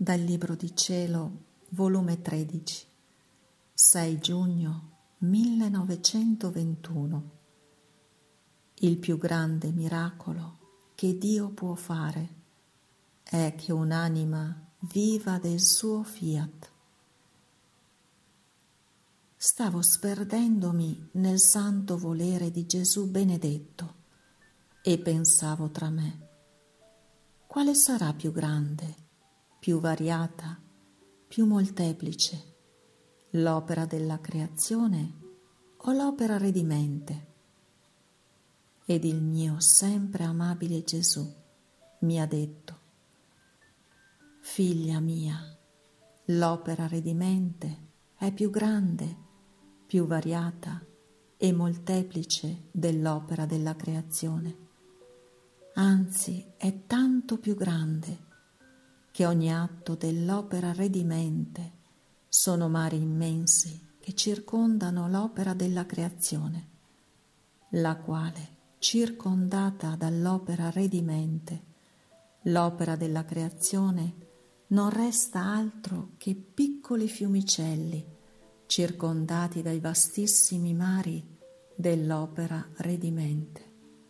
Dal Libro di Cielo, volume 13, 6 giugno 1921. Il più grande miracolo che Dio può fare è che un'anima viva del suo fiat. Stavo sperdendomi nel santo volere di Gesù benedetto e pensavo tra me: quale sarà più grande, più variata, più molteplice, l'opera della creazione o l'opera redimente? Ed il mio sempre amabile Gesù mi ha detto: figlia mia, l'opera redimente è più grande, più variata e molteplice dell'opera della creazione. Anzi, è tanto più grande che ogni atto dell'opera redimente sono mari immensi che circondano l'opera della creazione, la quale, circondata dall'opera redimente, l'opera della creazione non resta altro che piccoli fiumicelli circondati dai vastissimi mari dell'opera redimente.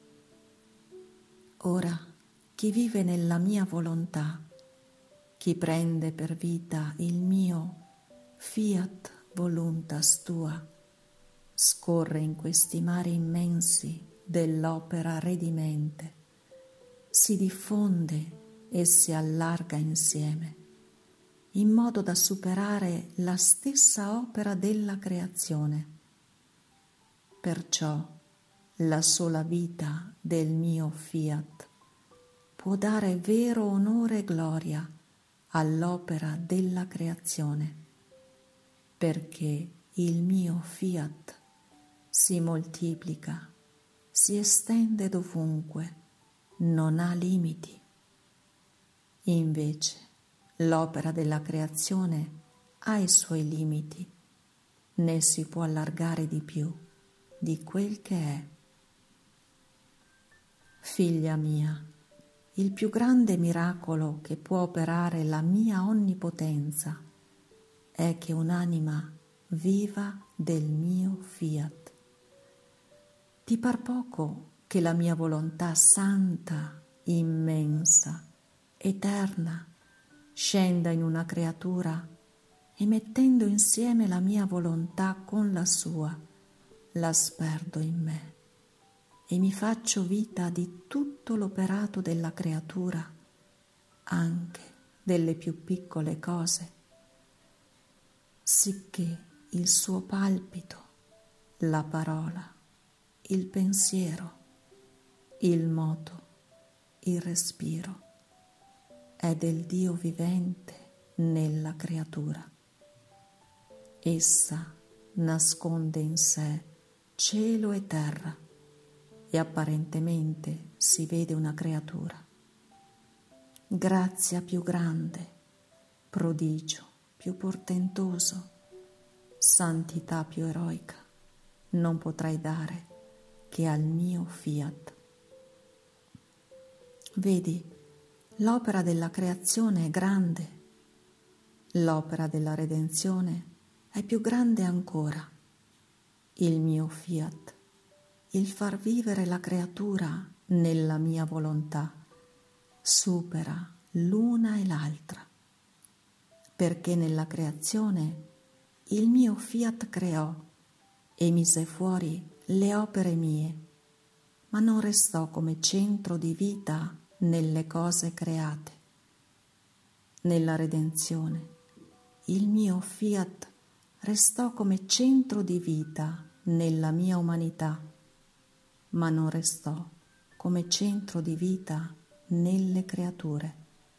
Ora, chi vive nella mia volontà, chi prende per vita il mio fiat voluntas tua, scorre in questi mari immensi dell'opera redimente, si diffonde e si allarga insieme, in modo da superare la stessa opera della creazione. Perciò la sola vita del mio fiat può dare vero onore e gloria all'opera della creazione, perché il mio fiat si moltiplica, si estende dovunque, non ha limiti. Invece l'opera della creazione ha i suoi limiti, né si può allargare di più di quel che è. Figlia mia, il più grande miracolo che può operare la mia onnipotenza è che un'anima viva del mio fiat. Ti par poco che la mia volontà santa, immensa, eterna, scenda in una creatura e mettendo insieme la mia volontà con la sua, la sperdo in me e mi faccio vita di tutto l'operato della creatura, anche delle più piccole cose, sicché il suo palpito, la parola, il pensiero, il moto, il respiro è del Dio vivente nella creatura. Essa nasconde in sé cielo e terra e apparentemente si vede una creatura. Grazia più grande, prodigio più portentoso, santità più eroica non potrai dare che al mio fiat. Vedi, l'opera della creazione è grande, l'opera della redenzione è più grande ancora. Il mio fiat, il far vivere la creatura nella mia volontà, supera l'una e l'altra, perché nella creazione il mio fiat creò e mise fuori le opere mie, ma non restò come centro di vita nelle cose create. Nella redenzione il mio fiat restò come centro di vita nella mia umanità, ma non restò come centro di vita nelle creature.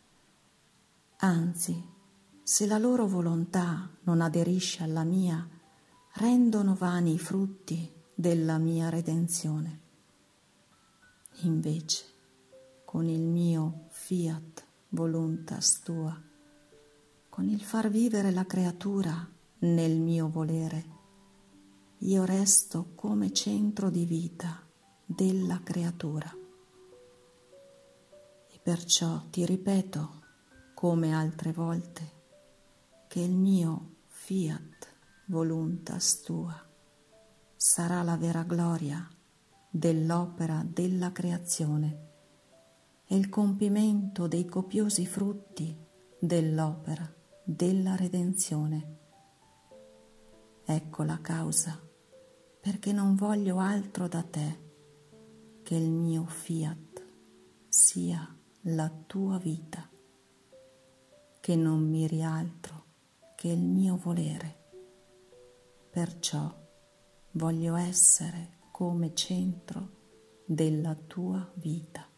Anzi, se la loro volontà non aderisce alla mia, rendono vani i frutti della mia redenzione. Invece, con il mio fiat voluntas tua, con il far vivere la creatura nel mio volere, io resto come centro di vita della creatura. E perciò ti ripeto come altre volte, che il mio fiat voluntas tua sarà la vera gloria dell'opera della creazione e il compimento dei copiosi frutti dell'opera della redenzione. Ecco la causa perché non voglio altro da te che il mio fiat sia la tua vita, che non miri altro che il mio volere. Perciò voglio essere come centro della tua vita.